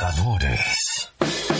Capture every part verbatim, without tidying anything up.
Provocadores.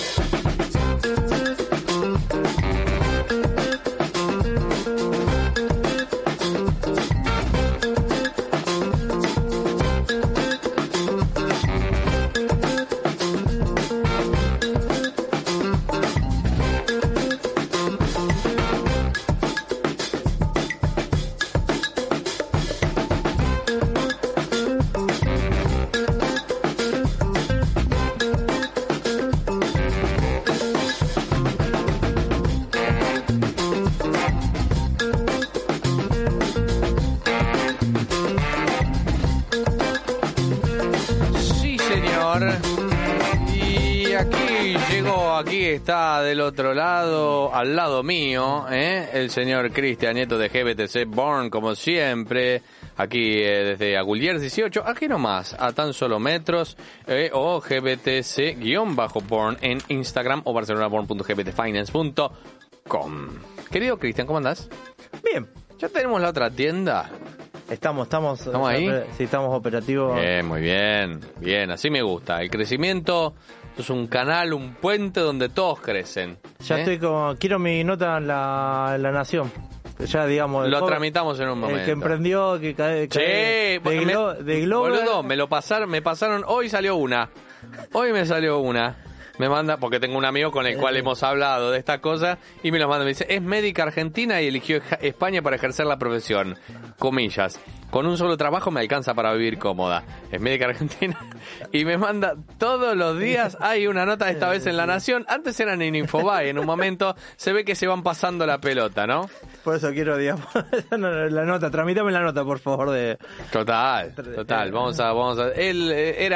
Está del otro lado, al lado mío, ¿eh? el señor Cristian Nieto de G B T C Born, como siempre, aquí eh, desde Aguliers dieciocho, aquí nomás, a tan solo metros, eh, o G B T C-Born en Instagram o barcelonaborn punto g b t finance punto com. Querido Cristian, ¿cómo andás? Bien. Ya tenemos la otra tienda. Estamos, estamos. ¿Estamos ahí? Sí, estamos operativos. Bien, muy bien, bien, así me gusta. El crecimiento es un canal, un puente donde todos crecen. Ya ¿eh? estoy como, quiero mi nota en la, en la Nación. Ya, digamos. Lo joven, tramitamos en un momento. El que emprendió, que cae, Sí, cae de, me, glo, de Global. Boludo, me lo pasaron, me pasaron, hoy salió una. Hoy me salió una. Me manda, porque tengo un amigo con el cual hemos hablado de esta cosa, y me lo manda, me dice, es médica argentina y eligió España para ejercer la profesión. Comillas. Con un solo trabajo me alcanza para vivir cómoda. Es médica argentina. Y me manda todos los días, hay una nota esta vez en La Nación. Antes eran en Infobae, en un momento se ve que se van pasando la pelota, ¿no? Por eso quiero, digamos, la nota, tramítame la nota, por favor, de... Total, total, vamos a, vamos a... Él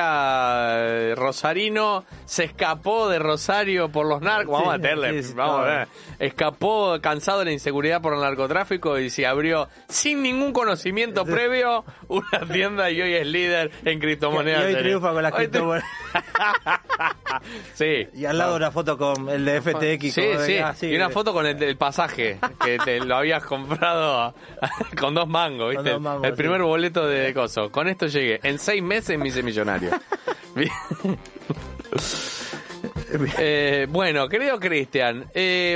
era rosarino, se escapó de Rosario por los narcos, vamos a meterle, sí, sí, vamos a ver. Escapó cansado de la inseguridad por el narcotráfico y se abrió sin ningún conocimiento previo una tienda y hoy es líder en criptomonedas. Y hoy triunfa con las criptomonedas. Sí. Y al lado una foto con el de F T X. Sí, como sí, de, ah, sí, y una foto con el, el pasaje, que te lo habías comprado con dos mangos, ¿viste? Dos mangos, el primer sí. boleto de coso. Con esto llegué. En seis meses me hice millonario. eh, bueno, querido Cristian, eh,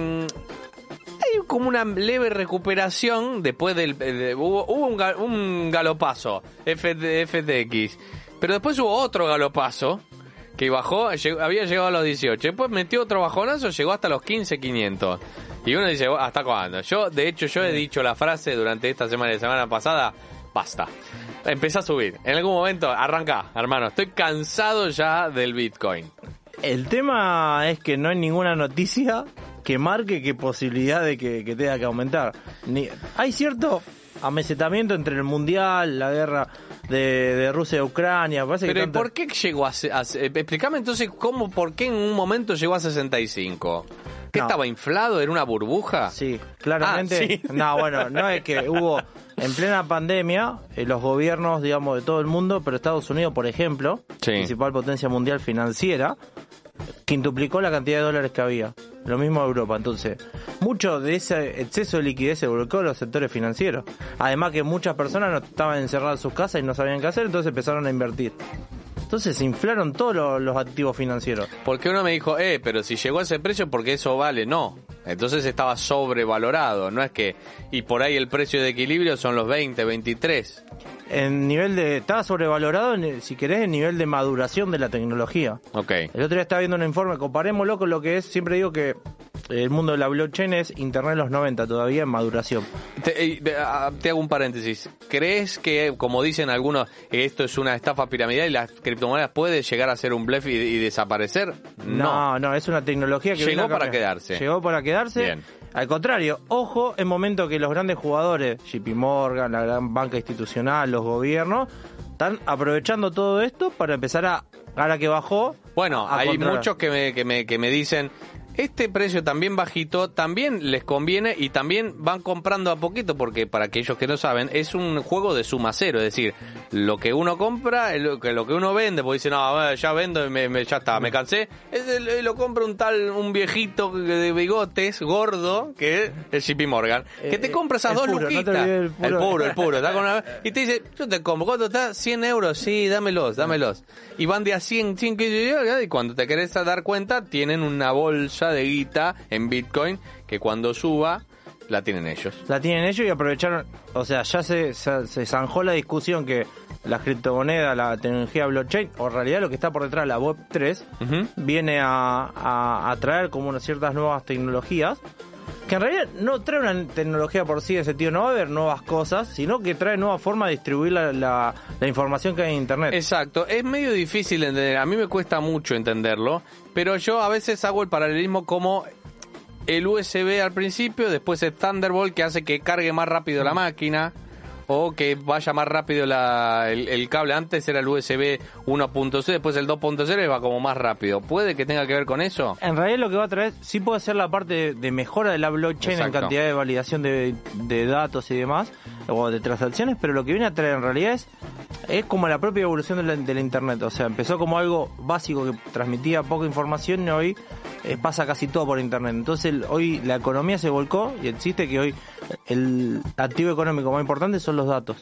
hay como una leve recuperación después del... De, hubo hubo un, un galopazo, F T X, pero después hubo otro galopazo que bajó, llegó, había llegado a los dieciocho, después metió otro bajonazo, llegó hasta los quince mil quinientos. Y uno dice, ¿hasta cuándo? Yo, de hecho, yo he dicho la frase durante esta semana y la semana pasada, basta. Empecé a subir. En algún momento, arranca, hermano. Estoy cansado ya del Bitcoin. El tema es que no hay ninguna noticia que marque qué posibilidad de que, que tenga que aumentar. Ni, hay cierto amesetamiento entre el mundial, la guerra de, de Rusia y Ucrania. Parece Pero que tanto... ¿por qué llegó a, a... Explícame entonces cómo, por qué en un momento llegó a sesenta y cinco. ¿Qué no. estaba inflado? ¿Era una burbuja? Sí, claramente. Ah, ¿sí? No, bueno, no es que hubo en plena pandemia eh, los gobiernos, digamos, de todo el mundo, pero Estados Unidos, por ejemplo, sí. principal potencia mundial financiera, quintuplicó la cantidad de dólares que había. Lo mismo Europa. Entonces, mucho de ese exceso de liquidez se volcó a los sectores financieros. Además que muchas personas no estaban encerradas en sus casas y no sabían qué hacer, entonces empezaron a invertir. Entonces se inflaron todos los, los activos financieros. Porque uno me dijo, eh, pero si llegó a ese precio porque eso vale, no. Entonces estaba sobrevalorado, no es que... Y por ahí el precio de equilibrio son los veinte, veintitrés. En nivel de... Estaba sobrevalorado, en, si querés, en nivel de maduración de la tecnología. Ok. El otro día estaba viendo un informe, comparémoslo con lo que es, siempre digo que el mundo de la blockchain es Internet de los noventa, todavía en maduración. Te, te hago un paréntesis. ¿Crees que, como dicen algunos, esto es una estafa piramidal y las criptomonedas puede llegar a ser un bluff y, y desaparecer? No, no, no, es una tecnología que... Llegó para quedarse. Llegó para quedarse. Bien. Al contrario, ojo, en momento que los grandes jugadores, J P Morgan, la gran banca institucional, los gobiernos, están aprovechando todo esto para empezar a, ahora que bajó... Bueno, a hay controlar. muchos que me, que me, que me dicen... este precio también bajito también les conviene y también van comprando a poquito porque para aquellos que no saben es un juego de suma cero, es decir, lo que uno compra, lo que lo que uno vende, porque dice no, ya vendo, me, me, ya está, me cansé, es el, lo compra un tal, un viejito de bigotes, gordo, que es el J P Morgan, que te compra esas dos puro, luquitas, no el, puro. el puro, el puro, está con una, y te dice, yo te compro, ¿cuánto está? cien euros, sí, dámelos, dámelos, y van de a cien, cien, y cuando te querés dar cuenta, tienen una bolsa de guita en Bitcoin que cuando suba la tienen ellos. La tienen ellos y aprovecharon, o sea, ya se, se, se zanjó la discusión que la criptomoneda, la tecnología blockchain, o en realidad lo que está por detrás, la web tres, uh-huh. viene a, a, a traer como unas ciertas nuevas tecnologías, que en realidad no trae una tecnología por sí, en sentido no va a haber nuevas cosas, sino que trae nueva forma de distribuir la, la, la información que hay en internet. Exacto, es medio difícil de entender, a mí me cuesta mucho entenderlo, pero yo a veces hago el paralelismo como el U S B al principio, después el Thunderbolt que hace que cargue más rápido la máquina, o que vaya más rápido la, el, el cable. Antes era el U S B uno punto cero, después el dos punto cero y va como más rápido. ¿Puede que tenga que ver con eso? En realidad lo que va a traer sí puede ser la parte de, de mejora de la blockchain. Exacto. En cantidad de validación de, de datos y demás, o de transacciones, pero lo que viene a traer en realidad es es como la propia evolución de la, de la internet. O sea, empezó como algo básico que transmitía poca información y hoy eh, pasa casi todo por internet. Entonces el, hoy la economía se volcó y existe que hoy el activo económico más importante son los datos.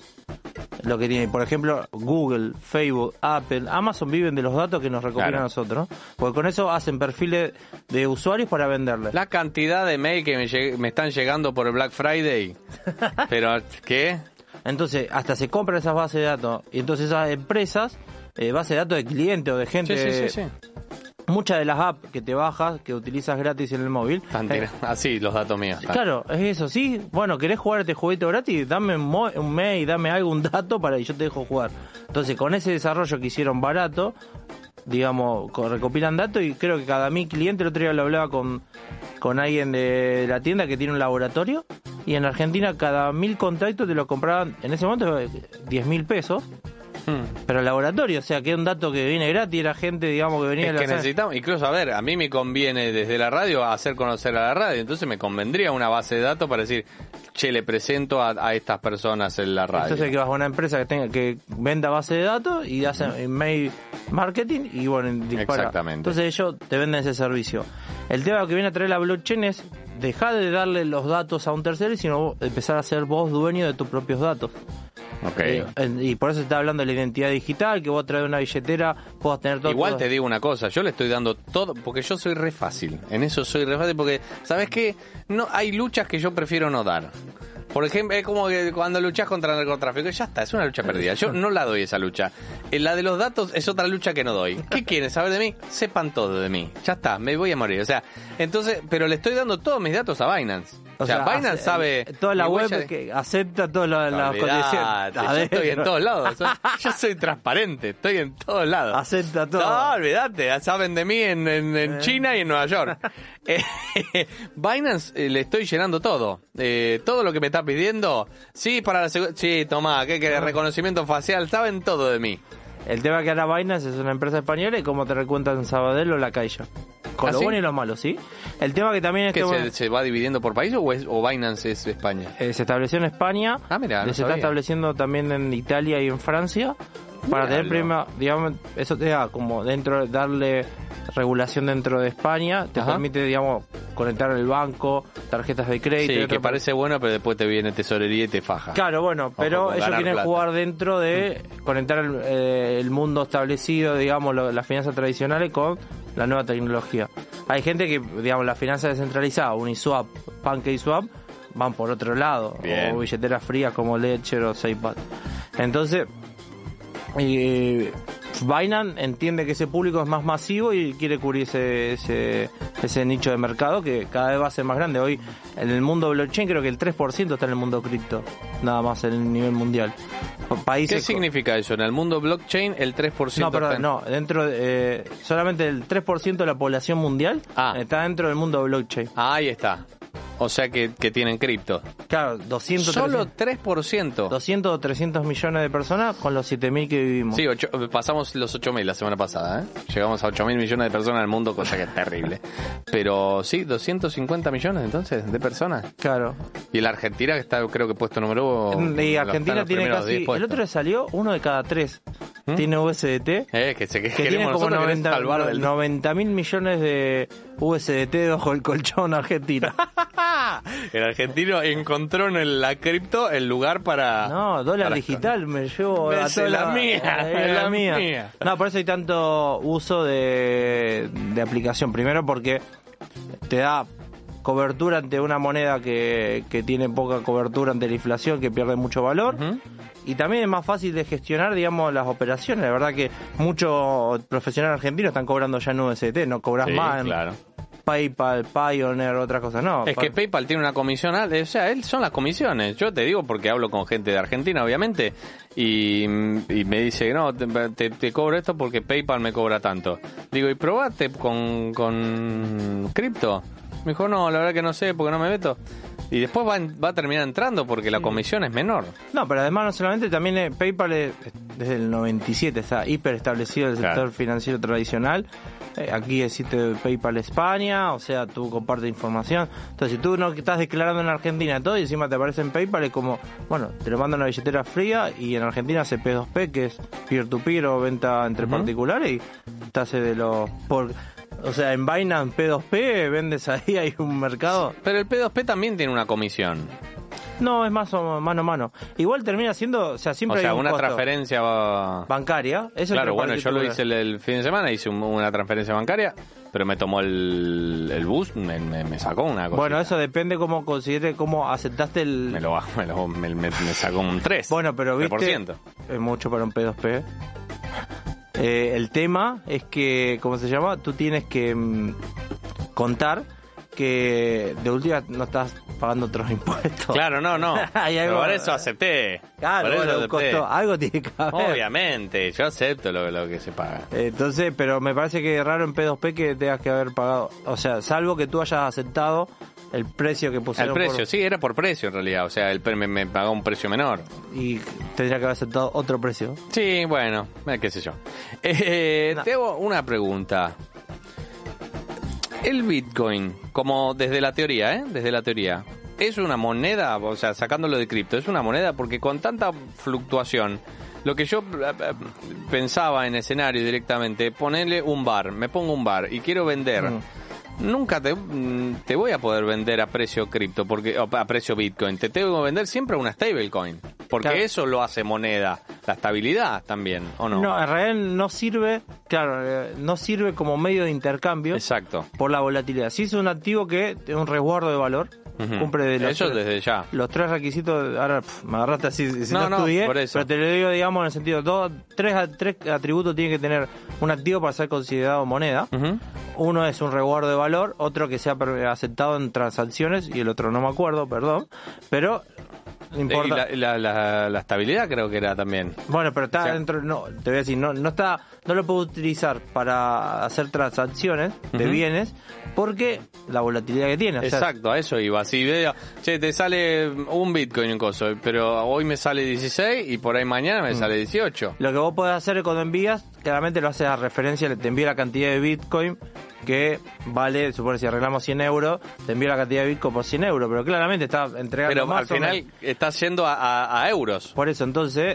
Lo que tiene, por ejemplo, Google, Facebook, Apple, Amazon viven de los datos que nos recopilan claro. a nosotros, porque con eso hacen perfiles de usuarios para venderles. La cantidad de mail que me, lleg- me están llegando por el Black Friday, pero ¿qué? Entonces, hasta se compran esas bases de datos, y entonces esas empresas, eh, bases de datos de clientes o de gente... Sí, sí, sí, sí. Muchas de las apps que te bajas, que utilizas gratis en el móvil... Eh, Así, los datos míos. ¿Sabes? Claro, es eso, sí. Bueno, ¿querés jugar este jueguito gratis? Dame un, mo- un mail, dame algún dato para que yo te dejo jugar. Entonces, con ese desarrollo que hicieron barato, digamos, recopilan datos y creo que cada mil clientes, el otro día lo hablaba con, con alguien de la tienda que tiene un laboratorio, y en Argentina cada mil contactos te lo compraban, en ese momento, diez mil pesos. Hmm. Pero el laboratorio, o sea, que es un dato que viene gratis, era gente, digamos, que venía... Es de que la necesitamos, incluso, a ver, a mí me conviene desde la radio hacer conocer a la radio, entonces me convendría una base de datos para decir, che, le presento a, a estas personas en la radio. Entonces que vas a una empresa que tenga que venda base de datos y hace uh-huh. mail marketing y bueno, dispara. Exactamente. Entonces ellos te venden ese servicio. El tema que viene a traer la blockchain es dejar de darle los datos a un tercero y sino empezar a ser vos dueño de tus propios datos. Okay. Eh, y por eso se está hablando de la identidad digital, que vos traes una billetera, puedas tener todo. Igual todo. Te digo una cosa, yo le estoy dando todo, porque yo soy re fácil, en eso soy re fácil, porque, ¿sabes qué? No, hay luchas que yo prefiero no dar. Por ejemplo, es como que cuando luchas contra el narcotráfico, ya está, es una lucha perdida. Yo no la doy esa lucha. La de los datos es otra lucha que no doy. ¿Qué quieren saber de mí? Sepan todo de mí. Ya está, me voy a morir. O sea, entonces, pero le estoy dando todos mis datos a Binance. O, o sea, sea, Binance hace, sabe... Toda la web de... que acepta todas las la condiciones. Yo estoy en todos lados. Yo soy transparente, estoy en todos lados. Acepta todo. No, olvídate, saben de mí en, en, en eh. China y en Nueva York. eh, Binance eh, le estoy llenando todo. Eh, todo lo que me está pidiendo. Sí, para la segu- Sí, tomá, que, que reconocimiento facial, saben todo de mí. El tema que ahora Binance es una empresa española y como te recuentan Sabadell o La Caixa. Con ¿Ah, lo sí? bueno y lo malo, ¿sí? El tema que también es que... que ¿Se, bueno, ¿Se va dividiendo por país o, es, o Binance es España? Eh, se estableció en España. Ah, mira, no Se sabía. está estableciendo también en Italia y en Francia. Para Míralo. tener prima, digamos, eso te da como dentro, darle regulación dentro de España, te Ajá. permite, digamos, conectar el banco, tarjetas de crédito. Sí, que parece bueno, pero después te viene tesorería y te faja. Claro, bueno, pero Ojo, ellos quieren plata. jugar dentro de mm. conectar el, eh, el mundo establecido, digamos, lo, las finanzas tradicionales con la nueva tecnología. Hay gente que, digamos, las finanzas descentralizadas, Uniswap, PancakeSwap, van por otro lado, Bien. o billeteras frías como Ledger o SafePath. Entonces, y Binance entiende que ese público es más masivo y quiere cubrir ese, ese ese nicho de mercado que cada vez va a ser más grande. Hoy en el mundo blockchain creo que el tres por ciento está en el mundo cripto, nada más en el nivel mundial. Países ¿Qué significa eso? En el mundo blockchain el tres por ciento No, perdón, está en... no, dentro de, eh, solamente el tres por ciento de la población mundial ah. está dentro del mundo blockchain. Ah, ahí está. O sea que, que tienen cripto. Claro, doscientos. Solo tres por ciento. doscientos o trescientos millones de personas con los siete mil que vivimos. Sí, ocho, pasamos los ocho mil la semana pasada, ¿eh? Llegamos a ocho mil millones de personas en el mundo, cosa que es terrible. Pero sí, doscientos cincuenta millones entonces de personas. Claro. Y la Argentina, que está creo que puesto número uno. Y Argentina tiene casi... El otro le salió uno de cada tres. ¿Mm? Tiene U S D T. Eh, que, se, que, que tiene como noventa mil millones de U S D T bajo el colchón Argentina. El argentino encontró en la cripto el lugar para... No, dólar para digital, me llevo... Es la, la mía, es la, la mía. mía. No, por eso hay tanto uso de, de aplicación. Primero porque te da cobertura ante una moneda que, que tiene poca cobertura ante la inflación, que pierde mucho valor. Uh-huh. Y también es más fácil de gestionar, digamos, las operaciones. La verdad que muchos profesionales argentinos están cobrando ya en U S D T, no cobras sí, más en claro. PayPal, Pioneer, otras cosas, no. Es que PayPal tiene una comisión, o sea, él son las comisiones. Yo te digo porque hablo con gente de Argentina, obviamente, y, y me dice, no, te, te, te cobro esto porque PayPal me cobra tanto. Digo, ¿y probate con, con cripto? Me dijo, no, la verdad que no sé porque no me meto. Y después va, va a terminar entrando porque la comisión es menor. No, pero además no solamente, también es, PayPal es, desde el noventa y siete está hiper establecido en el sector claro. financiero tradicional. Eh, aquí existe PayPal España, o sea, tú compartes información. Entonces, si tú no estás declarando en Argentina todo y encima te aparece en PayPal, es como, bueno, te lo mandan a una billetera fría y en Argentina hace P dos P, que es peer-to-peer o venta entre uh-huh. particulares, y te hace de los... Por, o sea, en Binance P dos P vendes ahí, hay un mercado. Pero el P dos P también tiene una comisión. No, es más o mano a mano. Igual termina siendo, o sea, siempre o sea, hay un una costo. transferencia bancaria. Eso claro, bueno, yo lo hice el, el fin de semana, hice un, una transferencia bancaria, pero me tomó el, el bus, me, me, me sacó una cosa. Bueno, eso depende cómo considere, cómo aceptaste el... Me lo me, lo, me, me, me sacó un tres. Bueno, pero viste, tres por ciento. Es mucho para un P dos P. Eh, el tema es que, ¿cómo se llama? Tú tienes que mmm, contar que de última no estás pagando otros impuestos. Claro, no, no. Pero por eso acepté. Claro, por eso bueno, acepté. Costó, algo tiene que haber. Obviamente, yo acepto lo, lo que se paga. Entonces, pero me parece que es raro en P dos P que tengas que haber pagado. O sea, salvo que tú hayas aceptado el precio que pusieron. El precio, por... sí, era por precio en realidad. O sea, el me, me pagó un precio menor. Y tendría que haber aceptado otro precio. Sí, bueno, qué sé yo. Eh, no. Te hago una pregunta. El Bitcoin, como desde la teoría, ¿eh? Desde la teoría, ¿es una moneda? O sea, sacándolo de cripto, ¿es una moneda? Porque con tanta fluctuación, lo que yo pensaba en escenario directamente, ponerle un bar, me pongo un bar y quiero vender... Mm. Nunca te, te voy a poder vender a precio cripto, porque a precio Bitcoin. Te tengo que vender siempre una stablecoin, porque claro. eso lo hace moneda. La estabilidad también, ¿o no? No, en realidad no sirve, claro, no sirve como medio de intercambio. Exacto. Por la volatilidad. Sí es un activo que tiene un resguardo de valor. Uh-huh. Cumple de los eso tres, desde ya. Los tres requisitos, ahora pff, me agarraste así, si no, no estudié, no, por eso. Pero te lo digo, digamos, en el sentido, dos, tres, tres atributos tiene que tener un activo para ser considerado moneda. Uh-huh. Uno es un resguardo de valor, otro que sea aceptado en transacciones y el otro no me acuerdo, perdón, pero... Importa. Y la, la, la, la estabilidad creo que era también. Bueno, pero está o sea, dentro, no, te voy a decir, no, no está, no lo puedo utilizar para hacer transacciones de uh-huh. bienes porque la volatilidad que tiene. Exacto, o sea, a eso iba. Si veo, che, te sale un Bitcoin en coso, pero hoy me sale dieciséis y por ahí mañana me uh-huh. sale dieciocho. Lo que vos podés hacer cuando envías, claramente lo haces a referencia, te envía la cantidad de Bitcoin que vale, supone si arreglamos cien euros, te envío la cantidad de Bitcoin por cien euros, pero claramente está entregando pero más. Pero al final está yendo a, a, a euros. Por eso, entonces,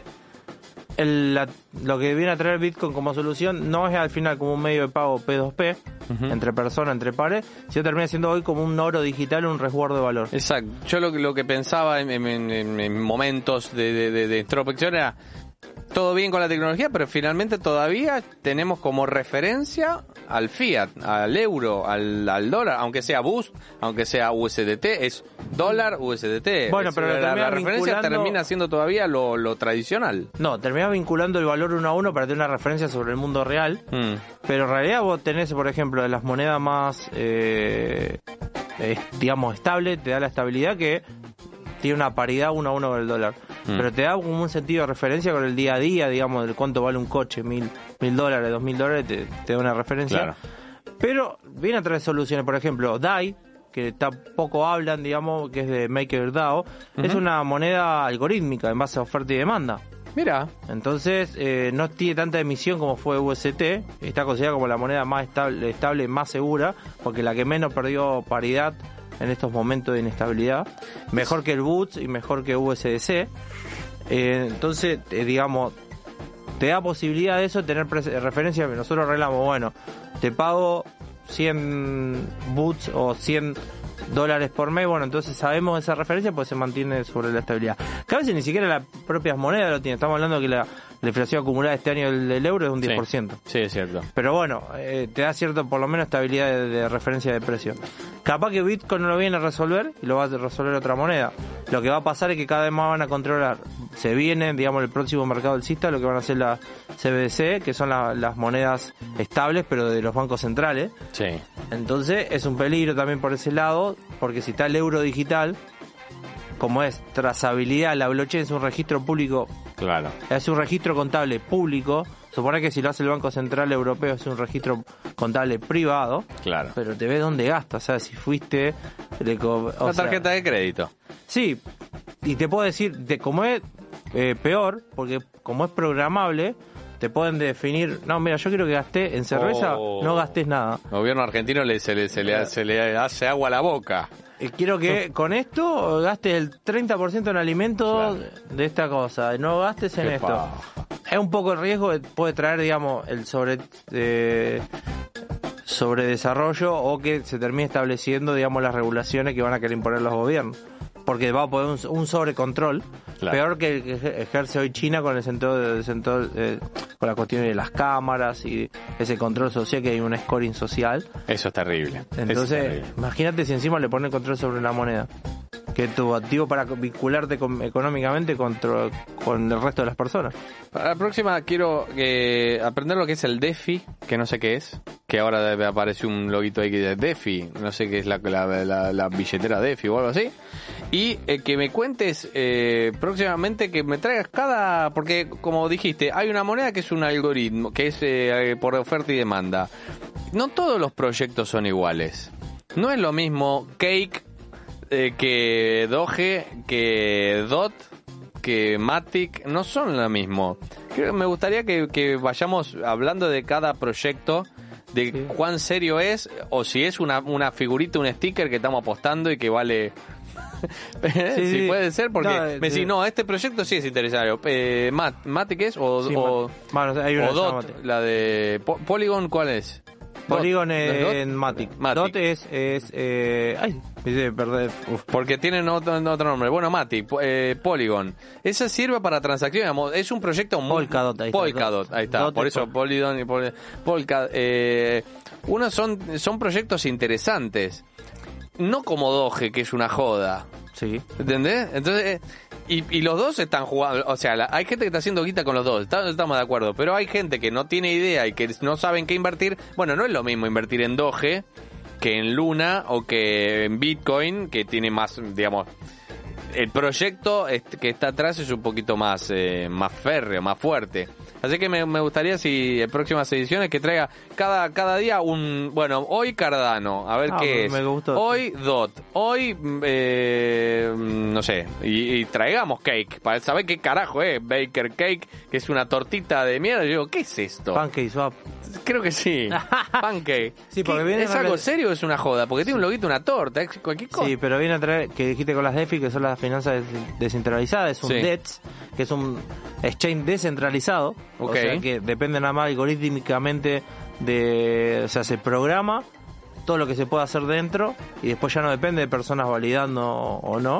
el, la, lo que viene a traer Bitcoin como solución no es al final como un medio de pago P dos P, uh-huh. entre personas, entre pares, sino termina siendo hoy como un oro digital, un resguardo de valor. Exacto. Yo lo, lo que pensaba en, en, en, en momentos de, de, de, de introspección era... Todo bien con la tecnología, pero finalmente todavía tenemos como referencia al fiat, al euro, al, al dólar, aunque sea Boost, aunque sea U S D T, es dólar U S D T. Bueno, es, pero la, la referencia vinculando... termina siendo todavía lo, lo tradicional. No, terminas vinculando el valor uno a uno para tener una referencia sobre el mundo real, mm. pero en realidad vos tenés, por ejemplo, de las monedas más, eh, eh, digamos, estable, te da la estabilidad que tiene una paridad uno a uno con el dólar. Mm. Pero te da como un sentido de referencia con el día a día, digamos, de cuánto vale un coche, mil, mil dólares, dos mil dólares, te, te da una referencia. Claro. Pero viene a traer soluciones, por ejemplo, D A I, que tampoco hablan, digamos, que es de MakerDAO, uh-huh. es una moneda algorítmica en base a oferta y demanda. Mira. Entonces, eh, no tiene tanta emisión como fue U S T, está considerada como la moneda más estable, estable, más segura, porque la que menos perdió paridad en estos momentos de inestabilidad, mejor que el B U T S y mejor que U S D C. Eh, entonces, eh, digamos, te da posibilidad de eso, de tener pre- referencia. Nosotros arreglamos, bueno, te pago cien B U T S o cien dólares por mes, bueno, entonces sabemos esa referencia, pues se mantiene sobre la estabilidad. Que a veces ni siquiera las propias monedas lo tienen. Estamos hablando que la, la inflación acumulada este año del, del euro es un diez por ciento. Sí, sí, es cierto. Pero bueno, eh, te da cierto, por lo menos, estabilidad de, de referencia de precio. Capaz que Bitcoin no lo viene a resolver y lo va a resolver otra moneda. Lo que va a pasar es que cada vez más van a controlar. Se viene, digamos, el próximo mercado alcista, lo que van a hacer las C B D C, que son la, las monedas estables, pero de los bancos centrales. Sí. Entonces es un peligro también por ese lado, porque si está el euro digital, como es trazabilidad, la blockchain es un registro público. Claro. Es un registro contable público. Supone que si lo hace el Banco Central Europeo es un registro contable privado. Claro. Pero te ve dónde gastas. O sea, si fuiste... De, o Una sea, tarjeta de crédito. Sí. Y te puedo decir, de como es eh, peor, porque como es programable, te pueden definir, no, mira, yo quiero que gasté en cerveza, oh. no gastes nada. El gobierno argentino le, se, le, se, le, se le hace agua a la boca. Eh, quiero que con esto gastes el treinta por ciento en alimentos claro. de esta cosa, no gastes en Qué esto. Paja. Es un poco el riesgo que puede traer, digamos, el sobre... Eh, sobre desarrollo o que se termine estableciendo, digamos, las regulaciones que van a querer imponer los gobiernos. Porque va a poner un, un sobrecontrol claro. peor que el que ejerce hoy China con el centro, el centro eh, con la cuestión de las cámaras y ese control social, que hay un scoring social. Eso es terrible. Entonces, es terrible. Imagínate si encima le ponen control sobre una moneda, que es tu activo para vincularte con, económicamente contra, con el resto de las personas. Para la próxima quiero eh, aprender lo que es el DeFi, que no sé qué es, que ahora aparece un loguito ahí que dice DeFi, no sé qué es la, la, la, la billetera DeFi o algo así. Y eh, que me cuentes eh, próximamente, que me traigas cada... Porque, como dijiste, hay una moneda que es un algoritmo, que es eh, por oferta y demanda. No todos los proyectos son iguales. No es lo mismo Cake eh, que Doge, que Dot, que Matic. No son lo mismo. Creo que me gustaría que, que vayamos hablando de cada proyecto, de sí. cuán serio es, o si es una, una figurita, un sticker que estamos apostando y que vale... sí, sí, puede ser, porque no, me decís, no, este proyecto sí es interesante. Eh, Mat, ¿Matic es? O, sí, o, bueno, hay una o Dot, la de po- Polygon, ¿cuál es? Polygon en Matic. Matic. Dot es... es eh, ay, me hice perder. Uf. Porque tienen otro, otro nombre. Bueno, Matic, eh, Polygon. Esa sirve para transacciones. Es un proyecto muy... Polkadot, ahí Polkadot, está. ahí está. Dot Por eso Pol- Polygon y Pol- Polkadot. Eh, unos son, son proyectos interesantes. No como Doge, que es una joda. Sí. ¿Entendés? Entonces, y, y los dos están jugando, o sea, la, hay gente que está haciendo guita con los dos, está, estamos de acuerdo, pero hay gente que no tiene idea y que no saben qué invertir. Bueno, no es lo mismo invertir en Doge que en Luna o que en Bitcoin, que tiene más, digamos, el proyecto que está atrás es un poquito más, eh, más férreo, más fuerte. Así que me, me gustaría, si en próximas ediciones, que traiga cada cada día un... Bueno, hoy Cardano, a ver ah, qué me es. Gustó. Hoy Dot, hoy... Eh, no sé, y, y traigamos Cake, para saber qué carajo es Baker Cake, que es una tortita de mierda. Yo digo, ¿qué es esto? Pancake Swap. Creo que sí. Pancake. Sí, porque viene ¿Es algo serio o es una joda? Porque tiene un loguito, una torta, es cualquier cosa. Sí, pero viene a traer, que dijiste con las DeFi, que son las finanzas descentralizadas, es un sí. D E X, que es un exchange descentralizado. Okay. O sea que depende nada más algorítmicamente de... O sea, se programa todo lo que se puede hacer dentro y después ya no depende de personas validando o no.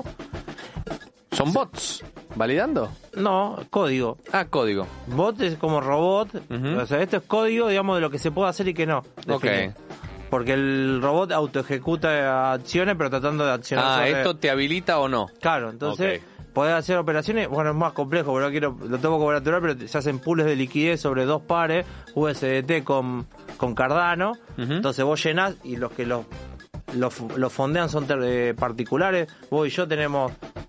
¿Son bots? ¿Validando? No, código. Ah, código. Bot es como robot. Uh-huh. O sea, esto es código, digamos, de lo que se puede hacer y que no. Ok. Porque el robot autoejecuta acciones, pero tratando de accionar. Ah, sobre... ¿esto te habilita o no? Claro, entonces... Okay. Podés hacer operaciones, bueno, es más complejo, pero no quiero, lo tengo como natural, pero se hacen pools de liquidez sobre dos pares, U S D T con, con Cardano, uh-huh. Entonces vos llenás y los que los, los, los fondean son ter, eh, particulares, vos y yo tenemos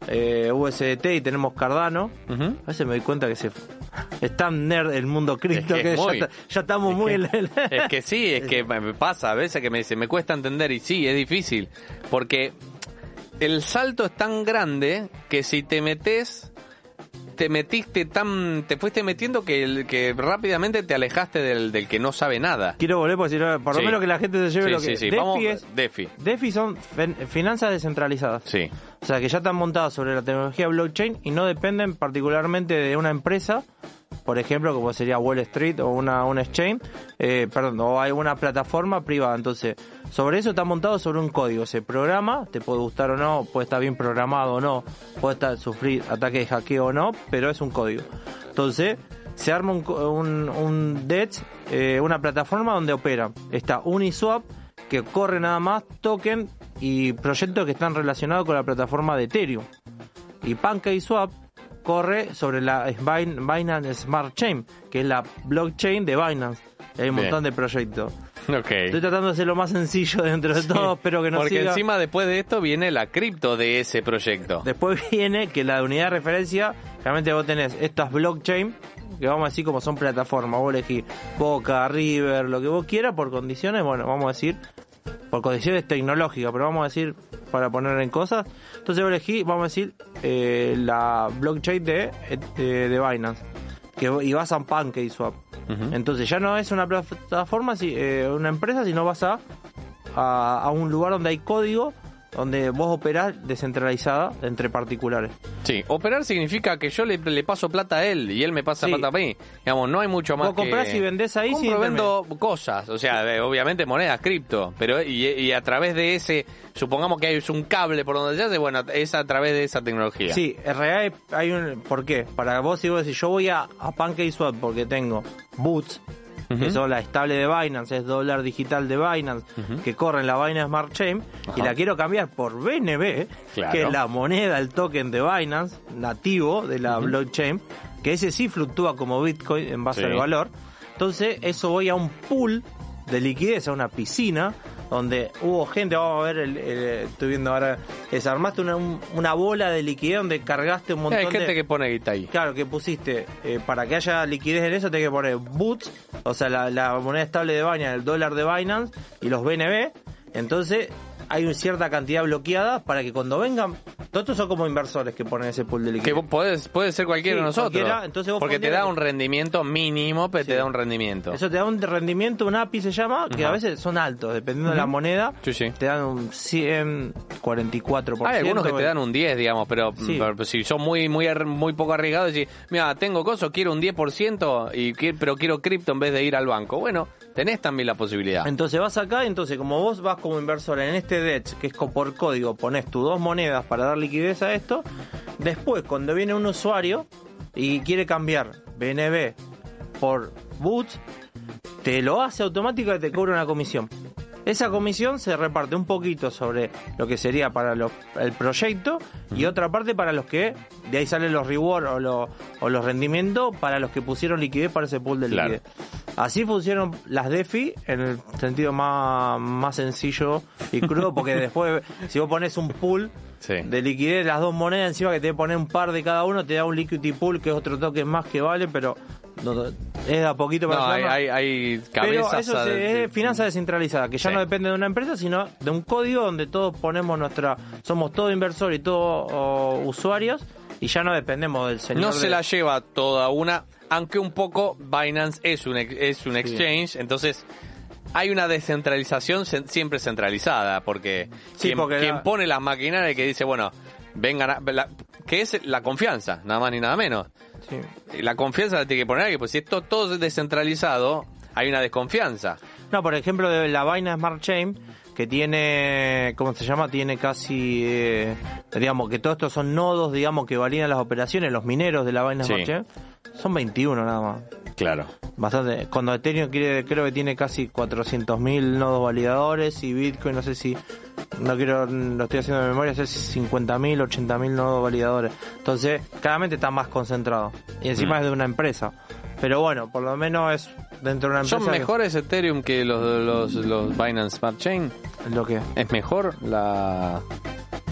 eh, U S D T y tenemos Cardano. Uh-huh. A veces me doy cuenta que se es tan nerd el mundo cripto es que, que muy, ya, ya estamos es muy... Que, en el... Es que sí, es que me pasa a veces que me dice, me cuesta entender y sí, es difícil, porque el salto es tan grande que si te metes... te metiste tan, te fuiste metiendo que, que rápidamente te alejaste del, del que no sabe nada. Quiero volver por, si no, por sí. lo menos que la gente se lleve sí, lo que sí, sí. DeFi Vamos, es. DeFi. DeFi son finanzas descentralizadas. Sí. O sea, que ya están montadas sobre la tecnología blockchain y no dependen particularmente de una empresa, por ejemplo, como sería Wall Street o una, una exchange, eh, perdón, o hay una plataforma privada. Entonces, sobre eso está montado sobre un código. Se programa, te puede gustar o no, puede estar bien programado o no, puede estar, sufrir ataque de hackeo o no, pero es un código. Entonces, se arma un, un, un D E X, eh, una plataforma donde opera. Está Uniswap, que corre nada más token y proyectos que están relacionados con la plataforma de Ethereum. Y PancakeSwap corre sobre la Binance Smart Chain, que es la blockchain de Binance. Hay un Bien. montón de proyectos. Okay. Estoy tratando de hacer lo más sencillo dentro de sí, todo, espero que no porque siga. Encima después de esto viene la cripto de ese proyecto. Después viene que la unidad de referencia, realmente vos tenés estas blockchain, que vamos a decir como son plataformas, vos elegís Boca, River, lo que vos quieras por condiciones, bueno, vamos a decir, por condiciones tecnológicas, pero vamos a decir, para poner en cosas, entonces vos elegís, vamos a decir, eh, la blockchain de, de, de Binance, que y vas a PancakeSwap. Uh-huh. Entonces ya no es una plataforma, eh, una empresa, sino vas a, a, a un lugar donde hay código, donde vos operás descentralizada entre particulares. Sí, operar significa que yo le, le paso plata a él y él me pasa sí. plata a mí. Digamos, no hay mucho más. Vos comprás que... y vendés ahí. Compro, sí, vendo cosas, o sea, obviamente monedas cripto, pero y, y a través de ese, supongamos que hay un cable por donde se hace, bueno, es a través de esa tecnología. Sí, en realidad hay un... ¿Por qué? Para vos, si vos decís, yo voy a, a PancakeSwap porque tengo Boots, Uh-huh. que son la estable de Binance, es dólar digital de Binance, uh-huh. que corre en la Binance Smart Chain, uh-huh. y la quiero cambiar por B N B, claro. que es la moneda, el token de Binance, nativo de la uh-huh. blockchain, que ese sí fluctúa como Bitcoin en base sí. al valor. Entonces, eso voy a un pool de liquidez, a una piscina, donde hubo gente, vamos a ver, el, el, estoy viendo ahora, desarmaste una, un, una bola de liquidez donde cargaste un montón de... Hay gente de, que pone guita ahí. Claro, que pusiste, eh, para que haya liquidez en eso, tenés que poner Boots, o sea, la, la moneda estable de Binance, el dólar de Binance y los B N B. Entonces, hay una cierta cantidad bloqueada para que cuando vengan... Todos estos son como inversores que ponen ese pool de liquidez. Que puede, puede ser cualquiera sí, de nosotros. Entonces vos porque te da un rendimiento mínimo, pero sí. te da un rendimiento. Eso te da un rendimiento, un A P I se llama, que uh-huh. a veces son altos, dependiendo uh-huh. de la moneda. Sí, sí. Te dan un cien, cuarenta y cuatro por ciento. Hay algunos que te dan un diez, digamos, pero, sí. pero si son muy muy muy poco arriesgados, decís, mira, tengo cosas, quiero un diez por ciento, y, pero quiero cripto en vez de ir al banco. Bueno, tenés también la posibilidad. Entonces vas acá, y entonces como vos vas como inversor en este D E X, que es por código, pones tus dos monedas para dar liquidez a esto. Después, cuando viene un usuario y quiere cambiar B N B por Boots, te lo hace automático y te cobra una comisión. Esa comisión se reparte un poquito sobre lo que sería para los, el proyecto y uh-huh. otra parte para los que, de ahí salen los rewards o, lo, o los rendimientos para los que pusieron liquidez para ese pool de claro. liquidez. Así funcionan las DeFi en el sentido más, más sencillo y crudo, porque después si vos pones un pool sí. de liquidez, las dos monedas encima que te poner un par de cada uno, te da un liquidity pool que es otro token más que vale, pero no, es de a poquito para no, hay, hay, hay cabezas. Pero eso de... es finanza descentralizada, que ya sí. no depende de una empresa, sino de un código donde todos ponemos nuestra, somos todos inversores y todos oh, usuarios, y ya no dependemos del señor. No de... se la lleva toda una, aunque un poco Binance es un es un exchange, sí. entonces hay una descentralización siempre centralizada, porque, sí, quien, porque quien la... pone las maquinarias que dice, bueno, vengan a, la, que es la confianza, nada más ni nada menos. Sí. La confianza la tiene que poner alguien, pues si esto todo es descentralizado, hay una desconfianza. No, por ejemplo, de la Binance Smart Chain, que tiene, ¿cómo se llama? Tiene casi, eh, digamos, que todos estos son nodos, digamos, que validan las operaciones, los mineros de la Binance sí. Smart Chain, son veintiuno nada más. Claro. Bastante. Cuando Ethereum quiere, creo que tiene casi cuatrocientos mil nodos validadores, y Bitcoin, no sé si, no quiero, lo estoy haciendo de memoria, es cincuenta mil, ochenta mil nodos validadores. Entonces, claramente está más concentrado. Y encima mm. es de una empresa. Pero bueno, por lo menos es dentro de una empresa. ¿Son mejores que... Ethereum que los, los, los Binance Smart Chain? ¿Lo qué? ¿Es mejor la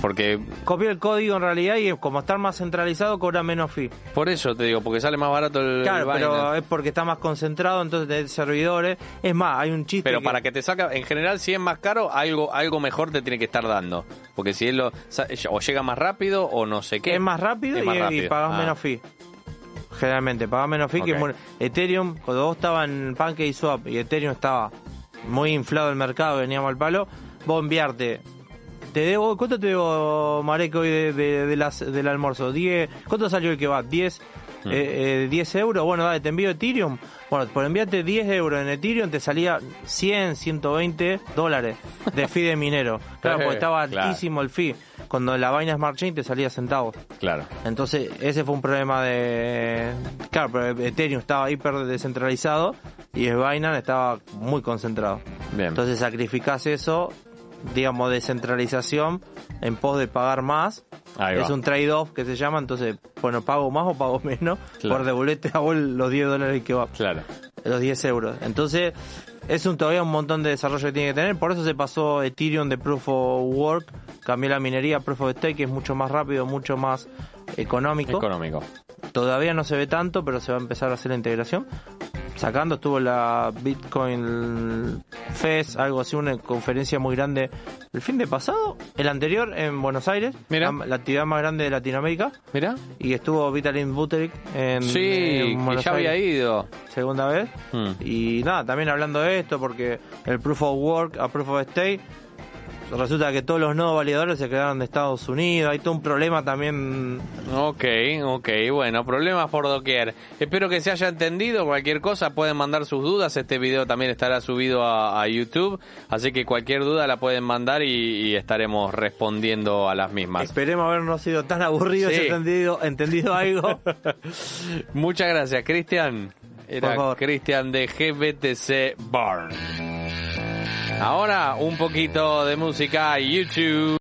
Porque copió el código en realidad y como estar más centralizado cobra menos fee. Por eso te digo, porque sale más barato el Claro, el pero Binance. es porque está más concentrado, entonces tenés servidores. Es más, hay un chiste Pero que... para que te saca, en general, si es más caro, algo algo mejor te tiene que estar dando. Porque si es lo o llega más rápido o no sé qué. Es más rápido, es más y, rápido. y pagas Ah. menos fee. Generalmente, pagas menos fee. Ok. Que bueno, Ethereum, cuando vos estabas en PancakeSwap y Ethereum estaba muy inflado el mercado, veníamos al palo, vos enviarte... Te debo, ¿cuánto te debo, Marek, hoy de, de, de las, del almuerzo? diez, ¿cuánto salió el que va? ¿diez? Mm. Eh, eh, ¿diez euros? Bueno, dale, te envío Ethereum. Bueno, por enviarte diez euros en Ethereum te salía cien, ciento veinte dólares de fee de minero. Claro, porque estaba Claro. altísimo el fee. Cuando la vaina Smart Chain te salía centavos. Claro. Entonces, ese fue un problema de... Claro, pero Ethereum estaba hiper descentralizado y el Binance estaba muy concentrado. Bien. Entonces, sacrificás eso, digamos, descentralización en pos de pagar más. Ahí Es va. un trade-off que se llama, entonces, bueno, pago más o pago menos Claro. por devolverte a vos los diez dólares que va. Claro. Los diez euros. Entonces, es un todavía un montón de desarrollo que tiene que tener. Por eso se pasó Ethereum de Proof of Work, cambió la minería a Proof of Stake, que es mucho más rápido, mucho más económico. Económico. Todavía no se ve tanto, pero se va a empezar a hacer la integración. Sacando, estuvo la Bitcoin Fest, algo así, una conferencia muy grande el fin de pasado, el anterior en Buenos Aires, Mira. la, la actividad más grande de Latinoamérica. Mira. Y estuvo Vitalin Buterin en, Sí, en que Buenos ya había Aires, ido. segunda vez. Hmm. Y nada, también hablando de esto, porque el Proof of Work a Proof of Stake, resulta que todos los nodos validadores se quedaron de Estados Unidos, hay todo un problema también. Ok, ok, bueno, problemas por doquier. Espero que se haya entendido. Cualquier cosa pueden mandar sus dudas. Este video también estará subido a, a YouTube, así que cualquier duda la pueden mandar y, y estaremos respondiendo a las mismas. Esperemos habernos sido tan aburridos Sí. y entendido, entendido algo. Muchas gracias, Cristian. Por Era favor. Cristian de G B T C Barn. Ahora un poquito de música YouTube.